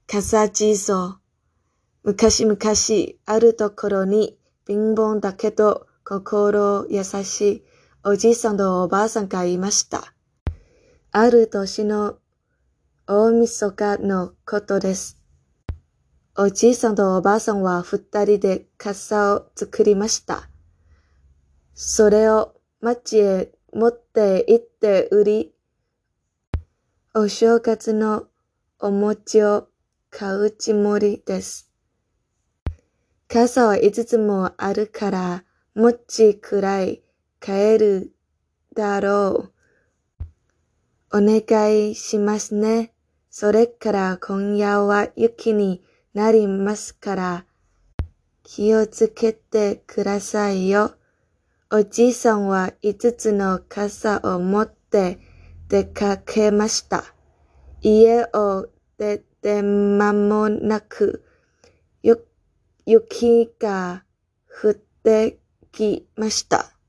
傘地蔵。昔々あるところに貧乏だけど心優しいおじいさんとおばあさんがいました。ある年の大晦日のことです。おじいさんとおばあさんは二人で傘を作りました。それを町へ持って行って売り、お正月のお餅を買うつもりです。傘は5つもあるから、餅くらい買えるだろう。お願いしますね。それから今夜は雪になりますから、気をつけてくださいよ。おじいさんは5つの傘を持って出かけました。家を出て間もなく、雪が降ってきました。